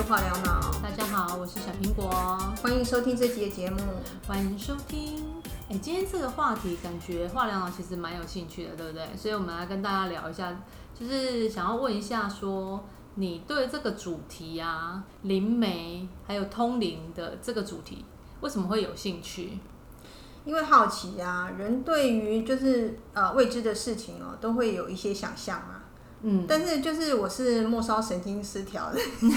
是化疗脑。 大家好，我是小苹果， 欢迎收听这集的节目。 欢迎收听。今天这个话题感觉化疗脑其实蛮有兴趣的，对不对？所以我们来跟大家聊一下，就是想要问一下说，你对这个主题啊，灵媒还有通灵的这个主题，为什么会有兴趣？ 因为好奇啊，人对于就是未知的事情哦，都会有一些想象啊。但是就是我是末梢神经失调的，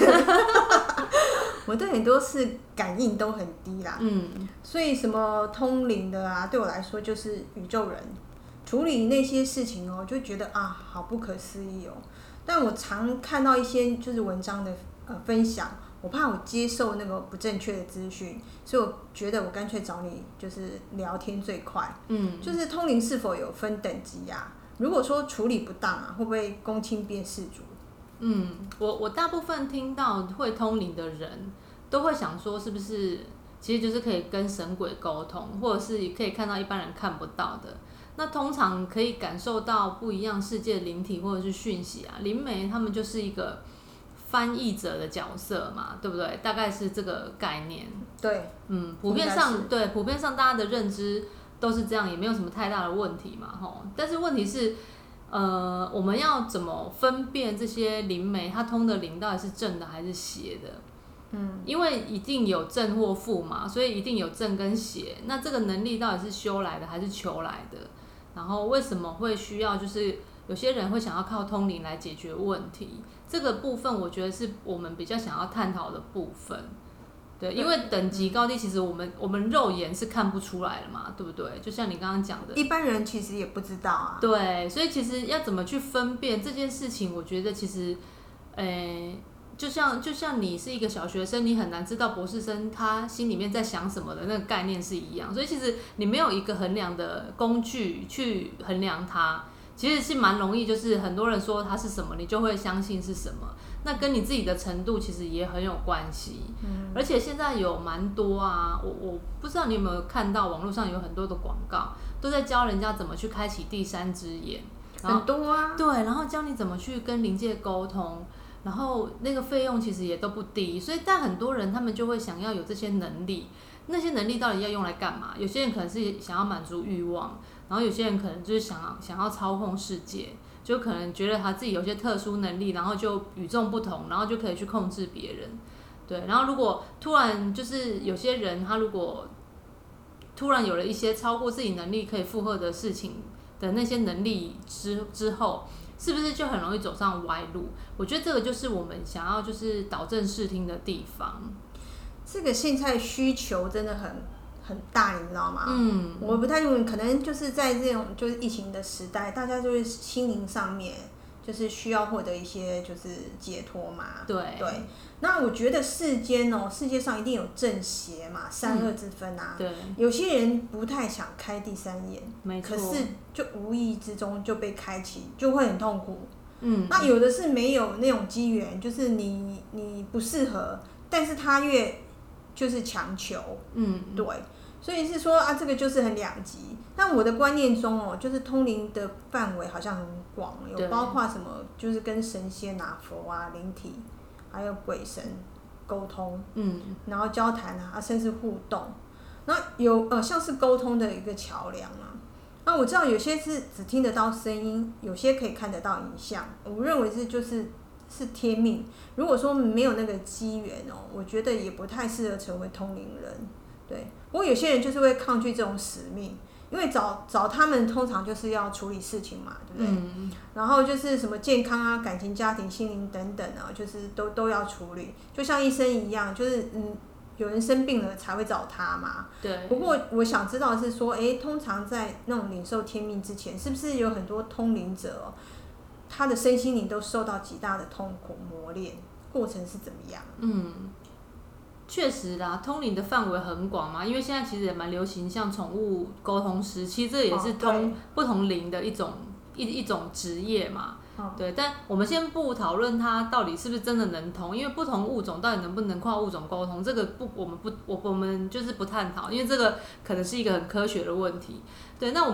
我对很多事感应都很低啦。所以什么通灵的啊，对我来说就是宇宙人处理那些事情哦，就觉得啊，好不可思议哦。但我常看到一些就是文章的分享，我怕我接受那个不正确的资讯，所以我觉得我干脆找你就是聊天最快。就是通灵是否有分等级啊？如果说处理不当啊，会不会公亲变事主？ 我大部分听到会通灵的人都会想说，是不是其实就是可以跟神鬼沟通，或者是可以看到一般人看不到的。那通常可以感受到不一样世界的灵体或者是讯息啊，灵媒他们就是一个翻译者的角色嘛，对不对？大概是这个概念。 对， 普遍上大家的认知都是这样，也没有什么太大的问题嘛，吼。但是问题是，我们要怎么分辨这些灵媒他通的灵到底是正的还是邪的？因为一定有正或负嘛，所以一定有正跟邪。那这个能力到底是修来的还是求来的？然后为什么会需要就是有些人会想要靠通灵来解决问题？这个部分我觉得是我们比较想要探讨的部分。对，因为等级高低其实我们肉眼是看不出来的嘛，对不对？就像你刚刚讲的， 一般人其实也不知道啊。 对，所以其实要怎么去分辨这件事情，我觉得其实，就像你是一个小学生，你很难知道博士生他心里面在想什么的那个概念是一样，所以其实你没有一个衡量的工具去衡量它，其实是蛮容易，就是很多人说它是什么，你就会相信是什么。那跟你自己的程度其实也很有关系。而且现在有蛮多啊，我不知道你有没有看到网络上有很多的广告，都在教人家怎么去开启第三只眼。 很多啊。 对，然后教你怎么去跟灵界沟通。然后那个费用其实也都不低，所以但很多人他们就会想要有这些能力，那些能力到底要用来干嘛？有些人可能是想要满足欲望，然后有些人可能就是想要操控世界，就可能觉得他自己有些特殊能力，然后就与众不同，然后就可以去控制别人。对，然后如果突然就是有些人他如果突然有了一些超过自己能力可以负荷的事情的那些能力之后，是不是就很容易走上歪路？我觉得这个就是我们想要就是导正视听的地方。 这个现在需求真的很大，你知道吗？我不太认为，可能就是在这种就是疫情的时代，大家就是心灵上面就是需要获得一些就是解脱嘛。 对。 那我觉得世界上一定有正邪嘛，善恶之分啊。 对。 有些人不太想开第三眼， 没错。 可是就无意之中就被开启，就会很痛苦。那有的是没有那种机缘，就是你不适合，但是他越就是强求。对。所以是说啊，这个就是很两极。但我的观念中就是通灵的范围好像很广，有包括什么，就是跟神仙啊、佛啊、灵体，还有鬼神沟通，然后交谈啊，甚至互动。那有像是沟通的一个桥梁啊。那我知道有些是只听得到声音，有些可以看得到影像。我认为是天命。如果说没有那个机缘我觉得也不太适合成为通灵人。对，不过有些人就是会抗拒这种使命，因为找他们通常就是要处理事情嘛，对不对？然后就是什么健康啊、感情、家庭、心灵等等啊，就是都要处理，就像医生一样，就是有人生病了才会找他嘛。 对。 不过我想知道的是说，通常在那种领受天命之前，是不是有很多通灵者他的身心灵都受到极大的痛苦磨练，过程是怎么样？ 确实啦，通灵的范围很广嘛，因为现在其实也蛮流行像宠物沟通师，其实这也是不同灵的一种职业嘛。对，但我们先不讨论它到底是不是真的能通，因为不同物种到底能不能跨物种沟通，这个我们就是不探讨，因为这个可能是一个很科学的问题。对，那我们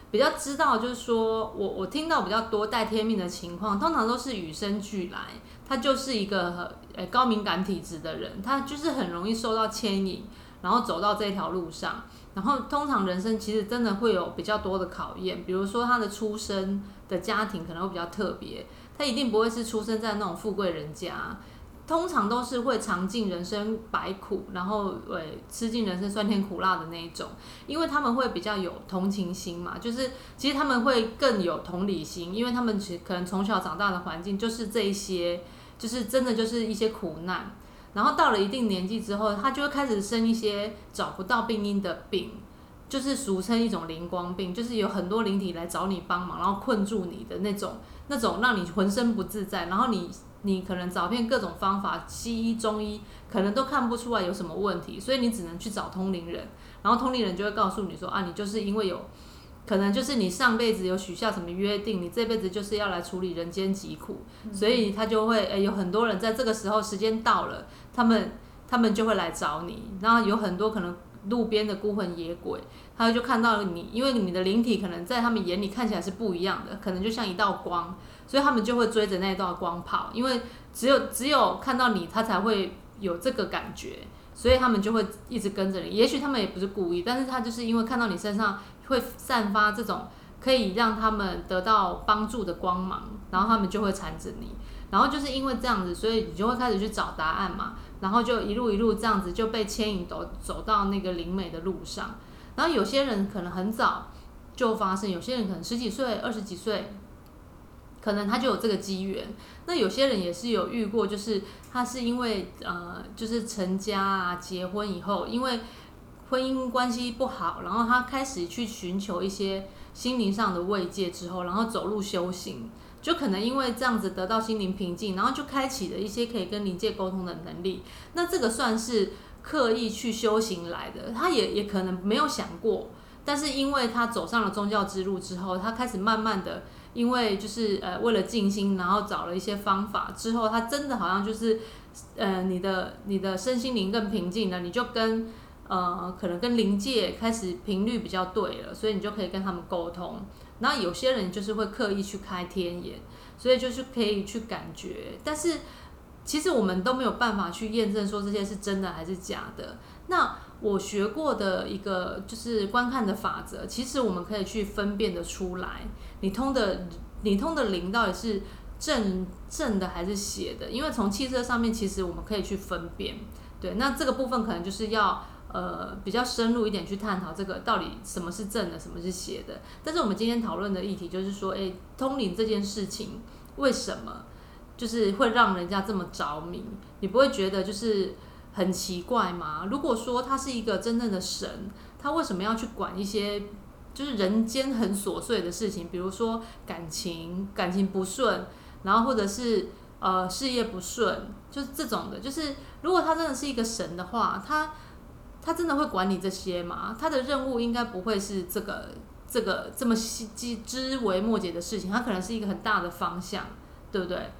比较知道，就是说我听到比较多带天命的情况，通常都是与生俱来，他就是一个高敏感体质的人，他就是很容易受到牵引，然后走到这条路上。然后通常人生其实真的会有比较多的考验，比如说他的出生的家庭可能会比较特别，他一定不会是出生在那种富贵人家，通常都是会尝尽人生百苦，然后吃尽人生酸甜苦辣的那一种，因为他们会比较有同情心嘛，就是其实他们会更有同理心，因为他们可能从小长大的环境就是这一些，就是真的就是一些苦难。然后到了一定年纪之后，他就会开始生一些找不到病因的病，就是俗称一种灵光病，就是有很多灵体来找你帮忙，然后困住你的那种让你浑身不自在，然后你可能找遍各种方法，西医中医可能都看不出来有什么问题，所以你只能去找通灵人，然后通灵人就会告诉你说啊，你就是因为可能就是你上辈子有许下什么约定，你这辈子就是要来处理人间疾苦，所以他就会有很多人在这个时候时间到了，他们就会来找你，然后有很多可能路边的孤魂野鬼，他就看到你，因为你的灵体可能在他们眼里看起来是不一样的，可能就像一道光，所以他们就会追着那道光跑，因为只有看到你，他才会有这个感觉，所以他们就会一直跟着你。也许他们也不是故意，但是他就是因为看到你身上会散发这种可以让他们得到帮助的光芒，然后他们就会缠着你。然后就是因为这样子，所以你就会开始去找答案嘛，然后就一路这样子就被牵引走到那个灵美的路上。然后有些人可能很早就发生，有些人可能10几岁、20几岁，可能他就有这个机缘。那有些人也是有遇过，就是他是因为就是成家啊、结婚以后，因为婚姻关系不好，然后他开始去寻求一些心灵上的慰藉之后，然后走入修行，就可能因为这样子得到心灵平静，然后就开启了一些可以跟灵界沟通的能力。那这个算是刻意去修行来的，他也可能没有想过，但是因为他走上了宗教之路之后，他开始慢慢的，因为就是为了静心，然后找了一些方法之后，他真的好像就是你的身心灵更平静了，你就跟可能跟灵界开始频率比较对了，所以你就可以跟他们沟通。然后有些人就是会刻意去开天眼，所以就是可以去感觉，但是其实我们都没有办法去验证说这些是真的还是假的。那我学过的一个就是观看的法则，其实我们可以去分辨得出来，你通的灵到底是正的还是邪的，因为从气色上面其实我们可以去分辨。对，那这个部分可能就是要比较深入一点去探讨这个到底什么是正的，什么是邪的。但是我们今天讨论的议题就是说，通灵这件事情为什么就是会让人家这么着迷？你不会觉得就是很奇怪吗？如果说他是一个真正的神，他为什么要去管一些就是人间很琐碎的事情，比如说感情不顺，然后或者是事业不顺，就是这种的。就是如果他真的是一个神的话，他真的会管你这些吗？他的任务应该不会是这个这么枝微末节的事情，他可能是一个很大的方向，对不对？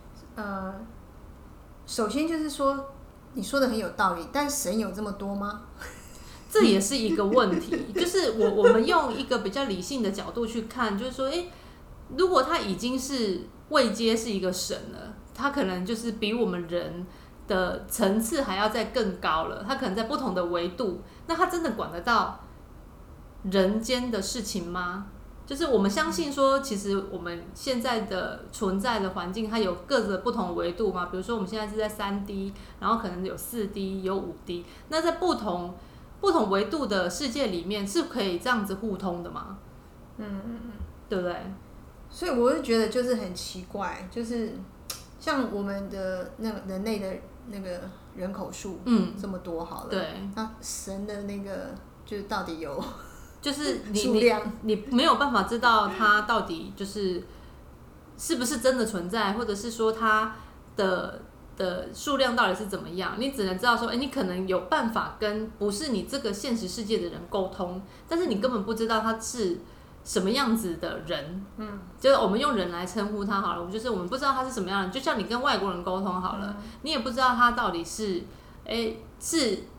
首先就是说，你说的很有道理，但神有这么多吗？ 这也是一个问题。就是我们用一个比较理性的角度去看，就是说，如果他已经是位阶是一个神了，他可能就是比我们人的层次还要再更高了，他可能在不同的维度，那他真的管得到人间的事情吗？就是我们相信说，其实我们现在的存在的环境，它有各个不同维度嘛。比如说我们现在是在3D， 然后可能有4D， 有5D， 那在不同维度的世界里面，是可以这样子互通的吗？对不对？ 所以我就觉得就是很奇怪，就是像我们的那个人类的那个人口数，这么多好了， 对， 那神的那个就是到底有？ 就是你没有办法知道它到底是不是真的存在，或者是说它的数量到底是怎么样。你只能知道说，你可能有办法跟不是你这个现实世界的人沟通，但是你根本不知道他是什么样子的人。就是我们用人来称呼他好了，就是我们不知道他是什么样的人。就像你跟外国人沟通好了，你也不知道他到底是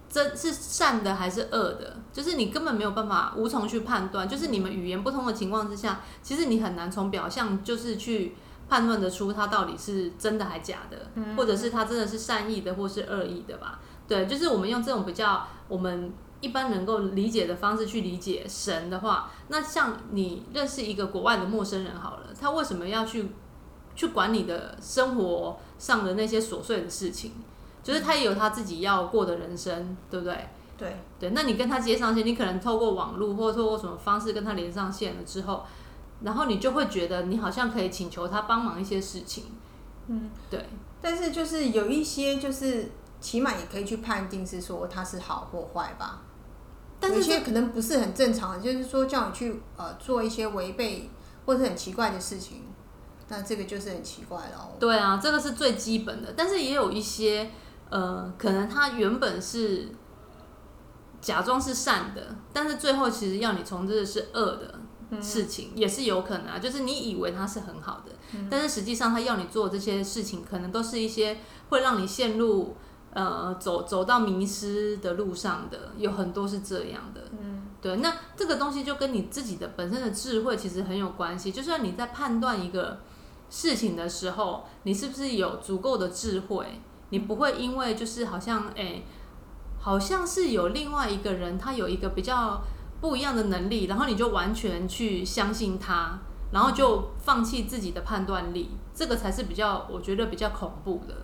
真是善的还是恶的，就是你根本没有办法无从去判断，就是你们语言不通的情况之下，其实你很难从表象就是去判断得出它到底是真的还假的，或者是它真的是善意的或是恶意的吧。对，就是我们用这种比较我们一般能够理解的方式去理解神的话，那像你认识一个国外的陌生人好了，他为什么要去管你的生活上的那些琐碎的事情？就是他也有他自己要过的人生，对不对？对，那你跟他接上线，你可能透过网络或透过什么方式跟他连上线了之后，然后你就会觉得你好像可以请求他帮忙一些事情。对。 但是就是有一些就是起码也可以去判定是说他是好或坏吧。但是有些可能不是很正常的，就是说叫你去做一些违背或者很奇怪的事情，那这个就是很奇怪了。 对啊，这个是最基本的，但是也有一些可能他原本是假装是善的，但是最后其实要你从事的是恶的事情，也是有可能啊。就是你以为他是很好的，但是实际上他要你做这些事情，可能都是一些会让你陷入走到迷失的路上的，有很多是这样的。对，那这个东西就跟你自己的本身的智慧其实很有关系。就算你在判断一个事情的时候，你是不是有足够的智慧？你不会因为就是好像是有另外一个人，他有一个比较不一样的能力，然后你就完全去相信他，然后就放弃自己的判断力，这个才是我觉得比较恐怖的。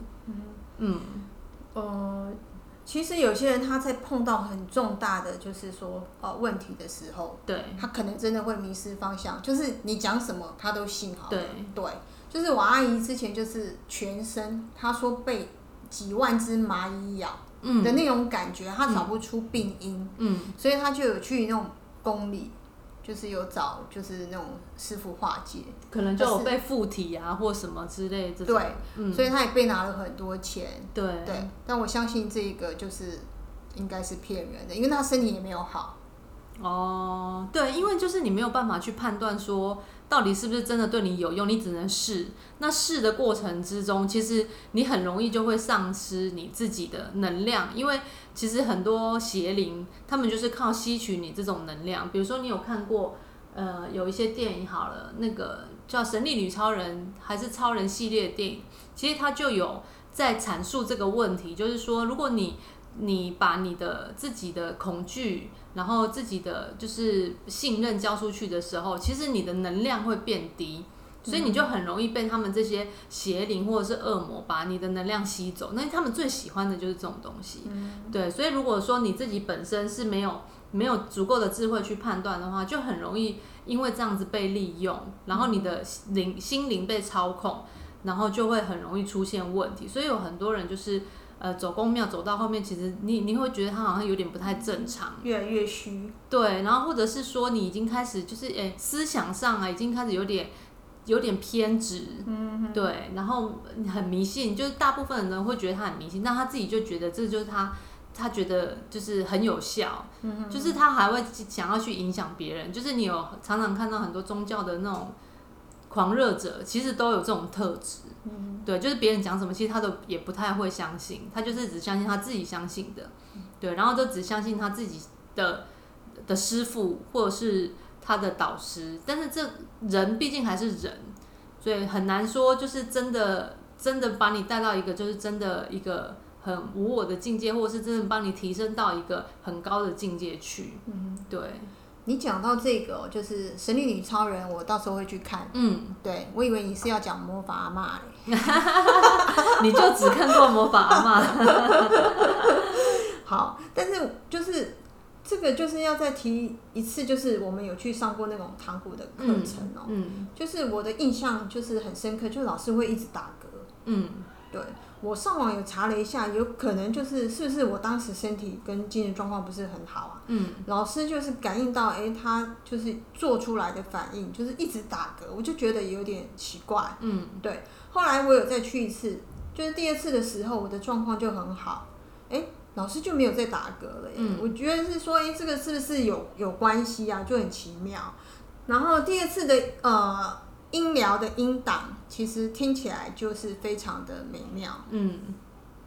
其实有些人他在碰到很重大的就是说问题的时候， 对， 他可能真的会迷失方向，就是你讲什么他都信好了。 对， 就是我阿姨之前就是全身，她说被几万只蚂蚁咬的那种感觉，她找不出病因，所以她就有去那种宫里，就是有找就是那种师傅化解， 可能就有被附体啊或什么之类的。 对，所以她也被拿了很多钱。 对， 但我相信这个就是应该是骗人的，因为她身体也没有好。 对，因为就是你没有办法去判断说到底是不是真的对你有用，你只能试。那试的过程之中，其实你很容易就会丧失你自己的能量，因为其实很多邪灵他们就是靠吸取你这种能量。比如说你有看过有一些电影好了，那个叫《神力女超人》还是超人系列的电影，其实它就有在阐述这个问题，就是说如果你把你的自己的恐惧，然后自己的就是信任交出去的时候，其实你的能量会变低，所以你就很容易被他们这些邪灵或者是恶魔把你的能量吸走。那他们最喜欢的就是这种东西。对，所以如果说你自己本身是没有足够的智慧去判断的话，就很容易因为这样子被利用，然后你的心灵被操控，然后就会很容易出现问题。所以有很多人就是走公庙走到后面，其实你会觉得他好像有点不太正常， 越来越虚。 对，然后或者是说你已经开始就是思想上已经开始有点偏执。对，然后很迷信，就是大部分人会觉得他很迷信，但他自己就觉得这就是他觉得就是很有效。就是他还会想要去影响别人。就是你有常常看到很多宗教的那种狂热者，其实都有这种特质。对，就是别人讲什么，其实他都也不太会相信，他就是只相信他自己相信的。对，然后就只相信他自己的师父或者是他的导师，但是这人毕竟还是人，所以很难说就是真的把你带到一个就是真的一个很无我的境界，或者是真的帮你提升到一个很高的境界去。对。 你讲到这个就是《神力女超人》，我到时候会去看。对，我以为你是要讲魔法阿嬷嘞。 你就只看过魔法阿嬷。 好，但是就是这个就是要再提一次，就是我们有去上过那种堂鼓的课程哦。就是我的印象就是很深刻，就老师会一直打嗝。对，我上网有查了一下，有可能就是是不是我当时身体跟精神状况不是很好啊？老师就是感应到，他就是做出来的反应就是一直打嗝，我就觉得有点奇怪。对，后来我有再去一次，就是第二次的时候，我的状况就很好，老师就没有再打嗝了耶。我觉得是说，这个是不是有关系啊？就很奇妙。然后第二次的音疗的音档，其实听起来就是非常的美妙。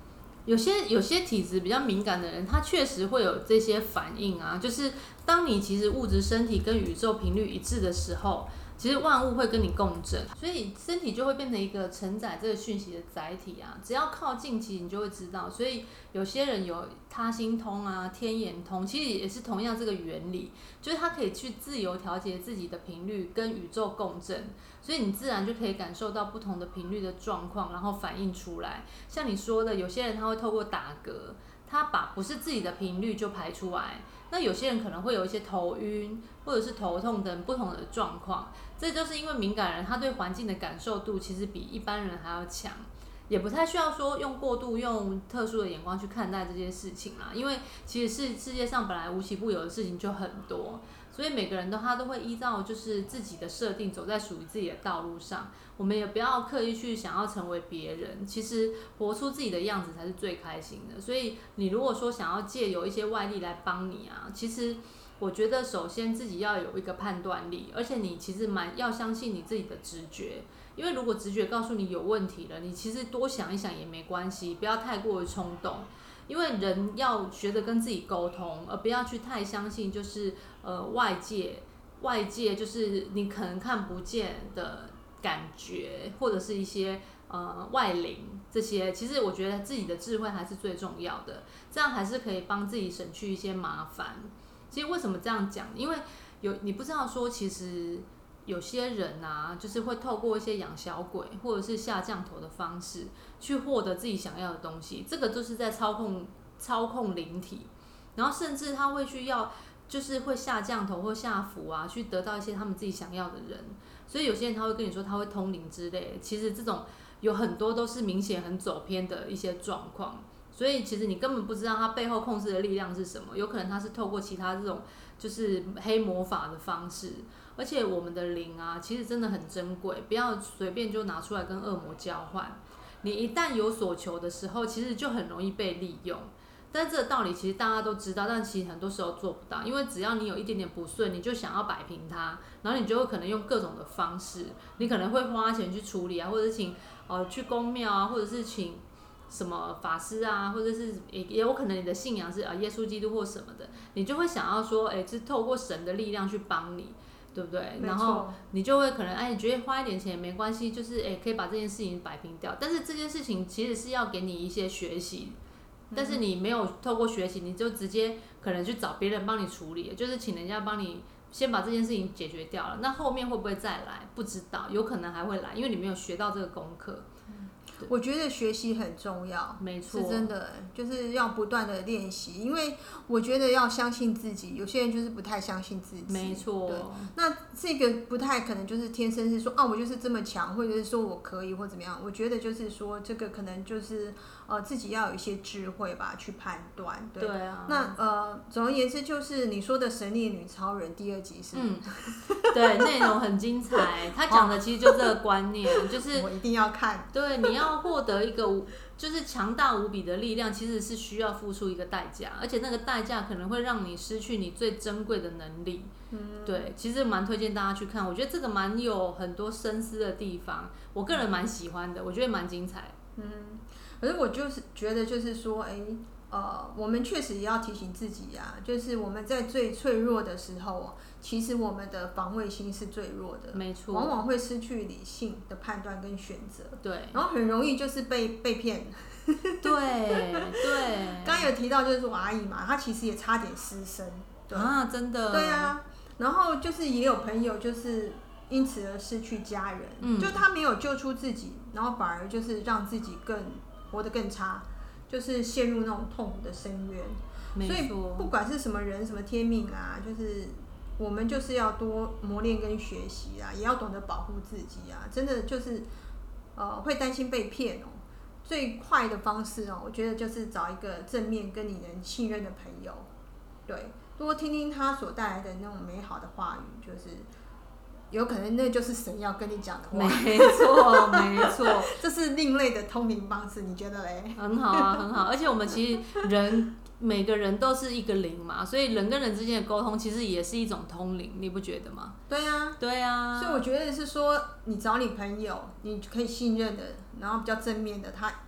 有些体质比较敏感的人，他确实会有这些反应啊。就是当你其实物质身体跟宇宙频率一致的时候，其实万物会跟你共振，所以身体就会变成一个承载这个讯息的载体啊。只要靠近，其实你就会知道。所以有些人有他心通啊、天眼通，其实也是同样这个原理，就是他可以去自由调节自己的频率跟宇宙共振。所以你自然就可以感受到不同的频率的状况，然后反映出来。像你说的，有些人他会透过打嗝，他把不是自己的频率就排出来。那有些人可能会有一些头晕或者是头痛等不同的状况，这就是因为敏感人他对环境的感受度其实比一般人还要强，也不太需要说用特殊的眼光去看待这些事情啦。因为其实世界上本来无奇不有的事情就很多。所以每个人他都会依照就是自己的设定走在属于自己的道路上，我们也不要刻意去想要成为别人，其实活出自己的样子才是最开心的。所以你如果说想要借由一些外力来帮你啊，其实我觉得首先自己要有一个判断力，而且你其实要相信你自己的直觉。因为如果直觉告诉你有问题了，你其实多想一想也没关系，不要太过于冲动。因为人要学着跟自己沟通，而不要去太相信就是外界就是你可能看不见的感觉，或者是一些外灵这些。其实我觉得自己的智慧还是最重要的，这样还是可以帮自己省去一些麻烦。其实为什么这样讲？因为你不知道说，其实有些人啊，就是会透过一些养小鬼或者是下降头的方式，去获得自己想要的东西。这个就是在操控灵体，然后甚至他会去就是会下降头或下符啊，去得到一些他们自己想要的人。所以有些人他会跟你说他会通灵之类的，其实这种有很多都是明显很走偏的一些状况。所以其实你根本不知道他背后控制的力量是什么，有可能他是透过其他这种就是黑魔法的方式。而且我们的灵啊，其实真的很珍贵，不要随便就拿出来跟恶魔交换。你一旦有所求的时候，其实就很容易被利用。但这个道理其实大家都知道，但其实很多时候做不到，因为只要你有一点点不顺，你就想要摆平它，然后你就会可能用各种的方式，你可能会花钱去处理啊，或者是请去宫庙啊，或者是请什么法师啊，或者是也有可能你的信仰是耶稣基督或什么的，你就会想要说，是透过神的力量去帮你。对不对？然后你就会可能你觉得花一点钱也没关系，就是可以把这件事情摆平掉。但是这件事情其实是要给你一些学习，但是你没有透过学习，你就直接可能去找别人帮你处理，就是请人家帮你先把这件事情解决掉了。那后面会不会再来？不知道，有可能还会来，因为你没有学到这个功课。 我觉得学习很重要， 没错， 是真的，就是要不断的练习。因为我觉得要相信自己，有些人就是不太相信自己。 没错， 对，那这个不太可能就是天生是说我就是这么强，或者是说我可以或怎么样。我觉得就是说这个可能就是自己要有一些智慧吧，去判断。对啊。 那总而言之，就是你说的《神力女超人》第2集是， 对，内容很精彩。他讲的其实就这个观念，就是我一定要看。 对，你要获得一个就是强大无比的力量，其实是需要付出一个代价，而且那个代价可能会让你失去你最珍贵的能力。对，其实蛮推荐大家去看，我觉得这个蛮有很多深思的地方，我个人蛮喜欢的，我觉得蛮精彩。 可是我就是觉得就是说，我们确实也要提醒自己啊，就是我们在最脆弱的时候，其实我们的防卫心是最弱的， 没错， 往往会失去理性的判断跟选择， 对， 然后很容易就是被骗。 对。 刚刚有提到就是我阿姨嘛，她其实也差点失身。 真的。 对啊，然后就是也有朋友就是因此而失去家人，就他没有救出自己，然后反而就是让自己活得更差。就是陷入那种痛苦的深渊。所以不管是什么人什么天命啊，就是我们就是要多磨练跟学习啊，也要懂得保护自己啊。真的就是会担心被骗最快的方式我觉得就是找一个正面跟你能信任的朋友，对，多听听他所带来的那种美好的话语，就是有可能那就是神要跟你讲的话。 没错，没错， 这是另类的通灵方式，你觉得嘞？ 很好啊，很好。而且我们其实每个人都是一个灵嘛，所以人跟人之间的沟通其实也是一种通灵，你不觉得吗？ 对啊， 对啊。 所以我觉得是说，你找你朋友，你可以信任的，然后比较正面的，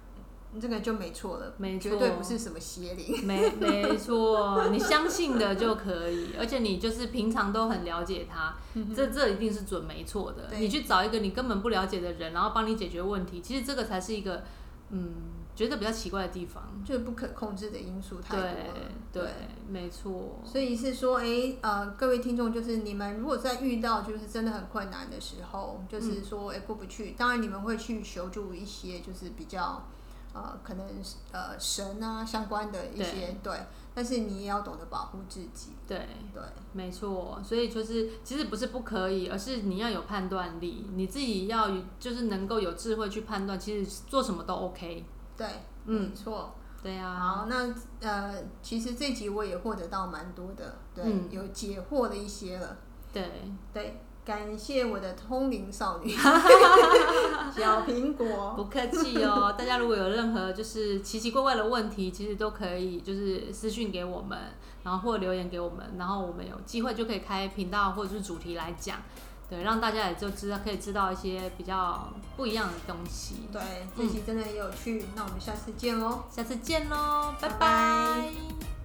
这个就没错了， 没错， 绝对不是什么邪灵。 没错，你相信的就可以，而且你就是平常都很了解他，这一定是准没错的。你去找一个你根本不了解的人，然后帮你解决问题，其实这个才是一个觉得比较奇怪的地方， 就是不可控制的因素太多了。 对，没错。 所以是说，各位听众，就是你们如果在遇到就是真的很困难的时候，就是说过不去，当然你们会去求助一些就是比较可能神啊相关的一些对，但是你也要懂得保护自己。对， 没错。所以就是其实不是不可以，而是你要有判断力，你自己要就是能够有智慧去判断，其实做什么都 OK。 对，没错。 对啊。 好，那其实这集我也获得到蛮多的，对，有解惑的一些了。对，感谢我的通灵少女小苹果。 不客气哦，大家如果有任何就是奇奇怪怪的问题，其实都可以就是私讯给我们，然后或留言给我们，然后我们有机会就可以开频道或者是主题来讲。对，让大家也就可以知道一些比较不一样的东西。 对，这期真的很有趣，那我们下次见喽！ 拜拜。